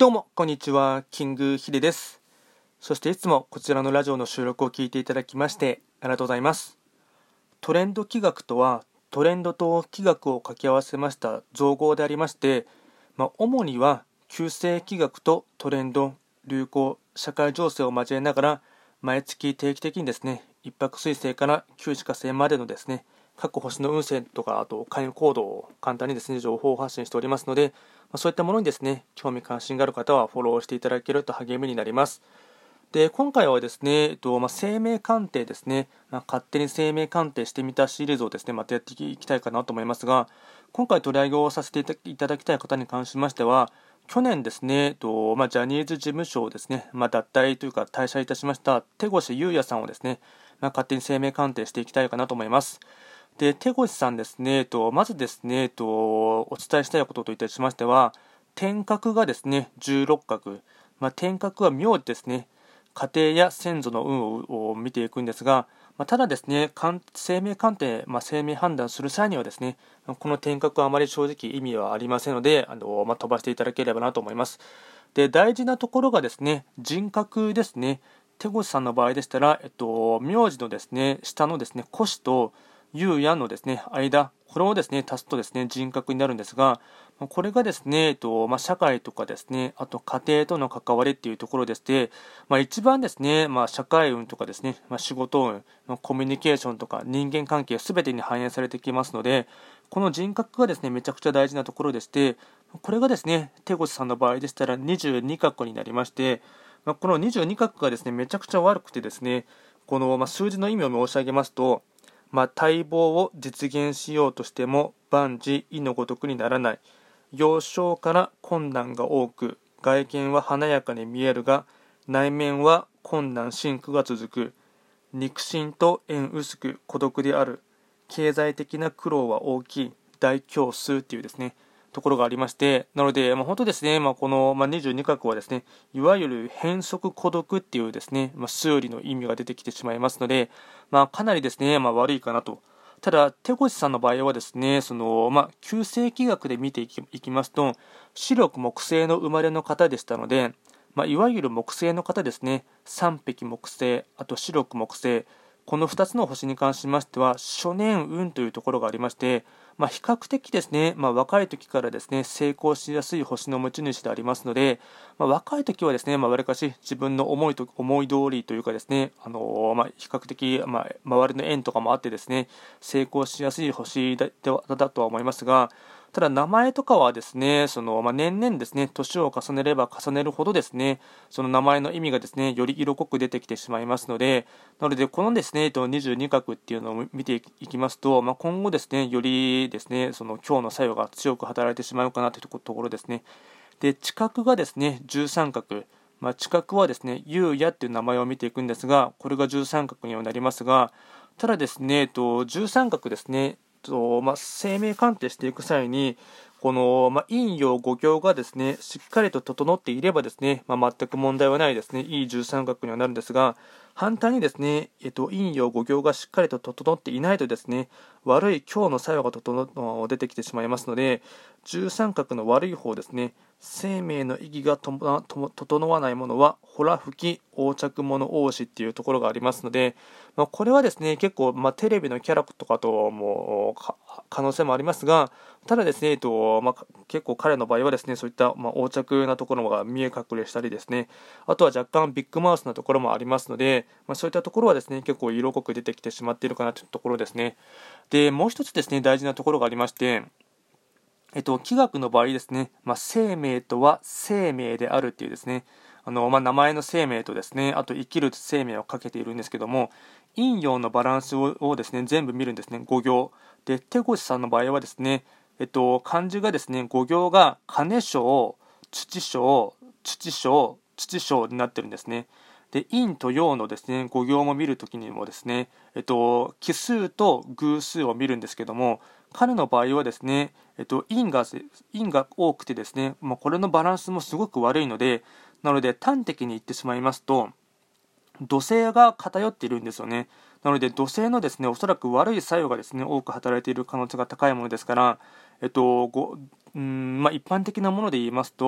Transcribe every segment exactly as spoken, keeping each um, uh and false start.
どうもこんにちは、キングヒデです。そしていつもこちらのラジオの収録を聞いていただきましてありがとうございます。トレンド企画とはトレンドと企画を掛け合わせました造語でありまして、まあ、主には旧世企画とトレンド、流行、社会情勢を交えながら毎月定期的にですね、一泊水星から九死火星までのですね、各星の運勢とか、あと開運行動を簡単にですね、情報を発信しておりますので、まあ、そういったものにですね、興味関心がある方はフォローしていただけると励みになります。で、今回はですね、えっとまあ、生命鑑定ですね、まあ、勝手に生命鑑定してみたシリーズをですね、またやっていきたいかなと思いますが、今回取り上げをさせていただきたい方に関しましては、去年ですね、えっとまあ、ジャニーズ事務所をですね、まあ、脱退というか退社いたしました手越優也さんをですね、まあ、勝手に生命鑑定していきたいかなと思います。で、手越さんですね、えっと、まずですね、えっと、お伝えしたいことといたしましては、天格がですね、じゅうろっ画、まあ、天格は名字ですね、家庭や先祖の運を見ていくんですが、まあ、ただですね、生命鑑定、まあ、生命判断する際にはですね、この天格はあまり正直意味はありませんので、あの、まあ、飛ばしていただければなと思います。で、大事なところがですね、人格ですね。手越さんの場合でしたら、えっと、名字のですね、下のですね、古氏と優也のですね、間、これをですね、足すとですね、人格になるんですが、これがですね、えっとまあ、社会とかですね、あと家庭との関わりっていうところでして、まあ、一番ですね、まあ、社会運とかですね、まあ、仕事運、まあ、コミュニケーションとか人間関係すべてに反映されてきますので、この人格がですね、めちゃくちゃ大事なところでして、これがですね、手越さんの場合でしたらにじゅうに画になりまして、まあ、このにじゅうに画がですね、めちゃくちゃ悪くてですね、この、まあ、数字の意味を申し上げますと、まあ、待望を実現しようとしても万事意のごとくにならない。幼少から困難が多く、外見は華やかに見えるが、内面は困難辛苦が続く。肉親と縁薄く孤独である。経済的な苦労は大きい。大凶数っていうですね、ところがありまして、なので、まあ、本当ですね、まあ、この、まあ、にじゅうに画はですね、いわゆる変則孤独っていうですね、まあ、数理の意味が出てきてしまいますので、まあ、かなりですね、まあ、悪いかなと。ただ、手越さんの場合はですね、その、まあ、旧世紀学で見ていき、いきますと、四緑木星の生まれの方でしたので、まあ、いわゆる木星の方ですね、三匹木星、あと四緑木星、このふたつの星に関しましては、初年運というところがありまして、まあ、比較的ですね、まあ、若い時からですね、成功しやすい星の持ち主でありますので、まあ、若い時はですね、まあ、わりかし自分の思いと思い通りというかですね、あのー、まあ、比較的、まあ、周りの縁とかもあってですね、成功しやすい星だだとは思いますが、ただ名前とかはですね、そのまあ、年々ですね、年を重ねれば重ねるほどですね、その名前の意味がですね、より色濃く出てきてしまいますので、なのでこのですね、にじゅうに画っていうのを見ていきますと、まあ、今後ですね、よりですね、その今日の作用が強く働いてしまうかなというところですね。で、地殻がですね、じゅうさん画。まあ、地殻はですね、優也っていう名前を見ていくんですが、これがじゅうさん画にはなりますが、ただですね、じゅうさん画ですね、とまあ、生命鑑定していく際に、この、まあ、陰陽五行がですね、しっかりと整っていればですね、まあ、全く問題はないですね、いいじゅうさん画にはなるんですが、反対にですね、えっと、陰陽五行がしっかりと整っていないとですね、悪い強の作用が整出てきてしまいますので、じゅうさん画の悪い方ですね、生命の意義がともとも整わないものは、ほら吹き、横着物王子っていうところがありますので、まあ、これはですね、結構、まあ、テレビのキャラとかとも可能性もありますが、ただですね、えっとまあ、結構彼の場合はですね、そういった、まあ、横着なところが見え隠れしたりですね、あとは若干ビッグマウスなところもありますので、まあ、そういったところはですね、結構色濃く出てきてしまっているかなというところですね。で、もう一つですね、大事なところがありまして、えっと、気学の場合ですね、まあ、生命とは生命であるっていうですね、あのまあ、名前の生命とですね、あと生きる生命をかけているんですけども、陰陽のバランスををですね、全部見るんですね、五行。で、手越さんの場合はですね、えっと、漢字がですね、五行が金章、土章、土章、土章になってるんですね。で、陰と陽のですね、五行も見るときにもですね、えっと、奇数と偶数を見るんですけども、彼の場合はですね、えっと、陰が、陰が多くてですね、まあ、これのバランスもすごく悪いので、なので端的に言ってしまいますと、土星が偏っているんですよね。なので土星のですね、おそらく悪い作用がですね、多く働いている可能性が高いものですから、えっと、ごうんまあ、一般的なもので言いますと、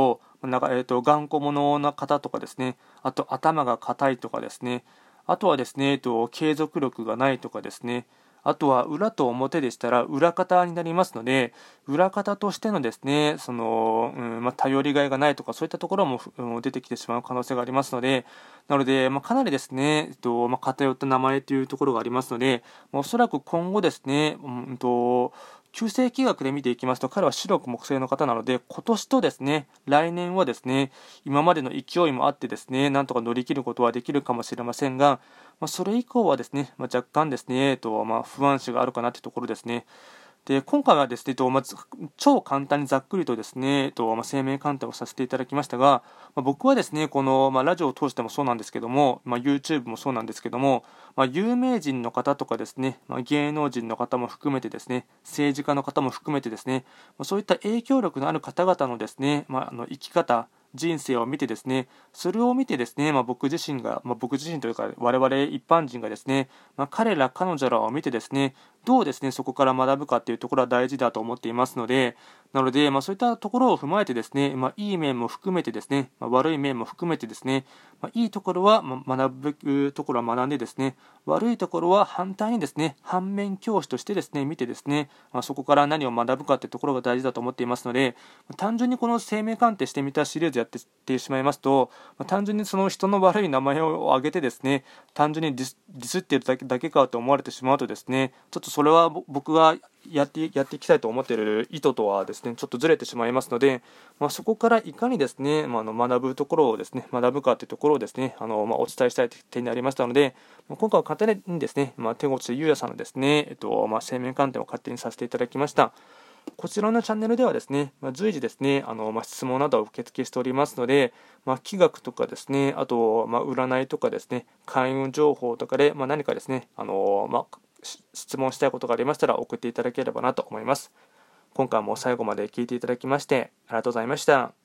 なんか、えーと、頑固者な方とかですね、あと頭が硬いとかですね、あとはですね、えーと、継続力がないとかですね、あとは裏と表でしたら裏方になりますので、裏方としてのですね、その、うんまあ、頼りがいがないとか、そういったところも、うん、出てきてしまう可能性がありますので、なので、まあ、かなりですね、えっとまあ、偏った名前というところがありますので、まあ、おそらく今後ですね、うんと旧世紀学で見ていきますと、彼は白く木星の方なので、今年とですね、来年はですね、今までの勢いもあってですね、なんとか乗り切ることはできるかもしれませんが、まあ、それ以降はですね、まあ、若干ですね、えっとまあ、不安視があるかなというところですね。で今回はですね、まず超簡単にざっくりとですね、まあ、生命鑑定をさせていただきましたが、まあ、僕はですね、この、まあ、ラジオを通してもそうなんですけども、まあ、YouTube もそうなんですけども、まあ、有名人の方とかですね、まあ、芸能人の方も含めてですね、政治家の方も含めてですね、まあ、そういった影響力のある方々のですね、まあ、あの生き方、人生を見てですね、それを見てですね、まあ、僕自身が、まあ、僕自身というか我々一般人がですね、まあ、彼ら彼女らを見てですね、どうですね、そこから学ぶかというところは大事だと思っていますので、なので、まあ、そういったところを踏まえてですね、まあ、いい面も含めてですね、まあ、悪い面も含めてですね、まあ、いいところは学ぶところは学んでですね、悪いところは反対にですね、反面教師としてですね、見てですね、まあ、そこから何を学ぶかというところが大事だと思っていますので、単純にこの生命鑑定してみたシリーズやってってしまいますと、まあ、単純にその人の悪い名前を挙げてですね、単純にディス、ディスっているだけだけかと思われてしまうとですね、ちょっとそれは僕がやってやっていきたいと思っている意図とはですね、ちょっとずれてしまいますので、まあ、そこからいかにですね、まあ、あの学ぶところをですね、学ぶかというところをですね、あのまあ、お伝えしたい点になりましたので、今回は簡単にですね、まあ、手越優也さんのですね、えっとまあ、生命鑑定を勝手にさせていただきました。こちらのチャンネルではですね、まあ、随時ですね、あのまあ、質問などを受付しておりますので、まあ、気学とかですね、あと、まあ、占いとかですね、開運情報とかで、まあ、何かですね、あのまあ、質問したいことがありましたら送っていただければなと思います。今回も最後まで聞いていただきましてありがとうございました。